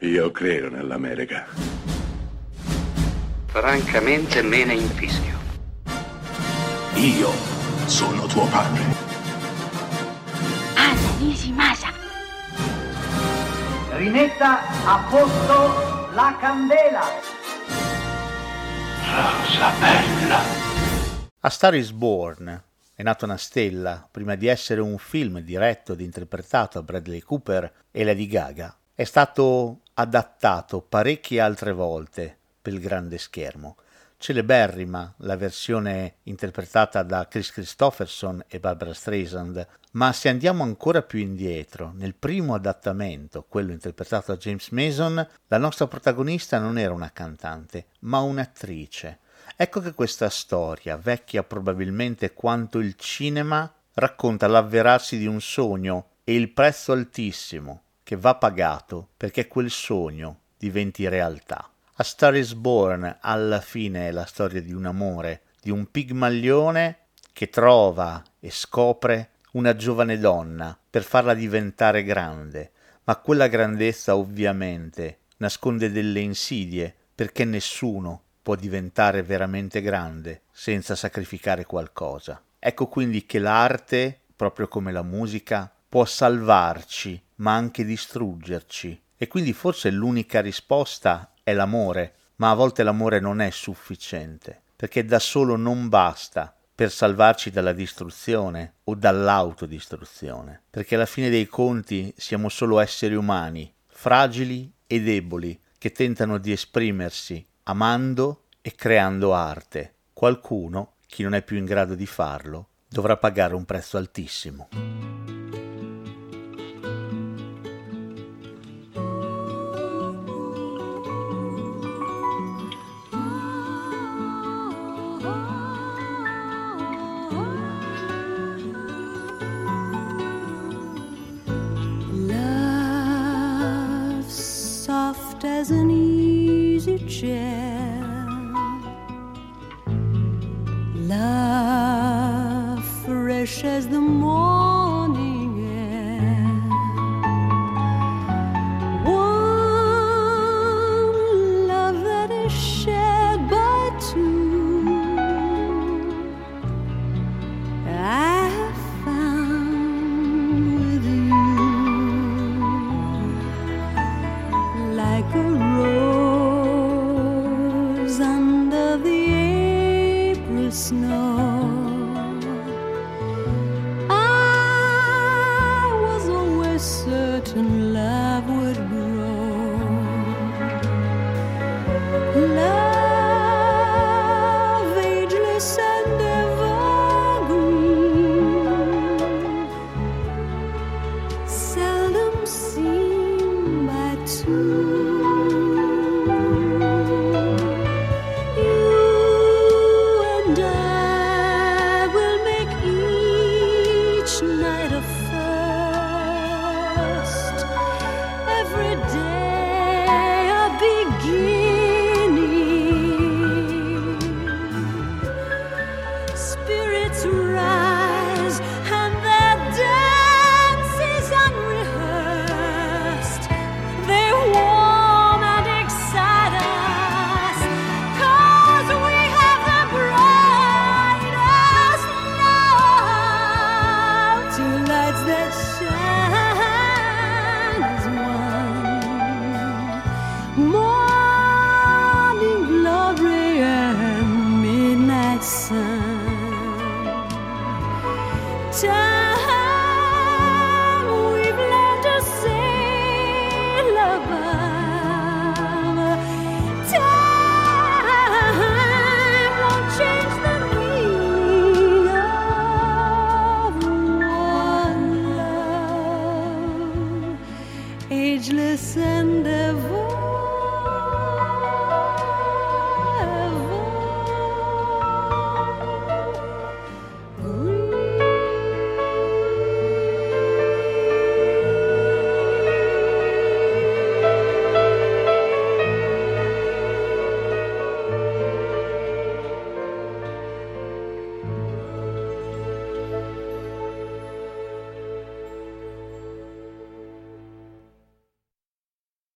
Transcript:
Io credo nell'America. Francamente me ne infischio. Io sono tuo padre. Anna Nishimasa. Rimetta a posto la candela. Rosa bella. A Star is Born, È nata una stella, prima di essere un film diretto ed interpretato da Bradley Cooper e Lady Gaga, è stato adattato parecchie altre volte per il grande schermo. Celeberrima la versione interpretata da Kris Kristofferson e Barbra Streisand, ma se andiamo ancora più indietro, nel primo adattamento, quello interpretato da James Mason, la nostra protagonista non era una cantante, ma un'attrice. Ecco che questa storia, vecchia probabilmente quanto il cinema, racconta l'avverarsi di un sogno e il prezzo altissimo che va pagato perché quel sogno diventi realtà. A Star is Born alla fine è la storia di un amore, di un pigmalione che trova e scopre una giovane donna per farla diventare grande, ma quella grandezza ovviamente nasconde delle insidie perché nessuno può diventare veramente grande senza sacrificare qualcosa. Ecco quindi che l'arte, proprio come la musica, può salvarci ma anche distruggerci, e quindi forse l'unica risposta è l'amore, ma a volte l'amore non è sufficiente, perché da solo non basta per salvarci dalla distruzione o dall'autodistruzione, perché alla fine dei conti siamo solo esseri umani, fragili e deboli, che tentano di esprimersi amando e creando arte. Qualcuno, chi non è più in grado di farlo, dovrà pagare un prezzo altissimo. As an easy chair, love fresh as the morning air, one love that is shared by two. I have found with you, like a rose under the April snow. I was always certain love would grow. Love, ageless and evergreen, seldom seen by two. Morning glory and midnight sun. Time we've learned to sail above. Time won't change the meaning of one love, ageless and ever.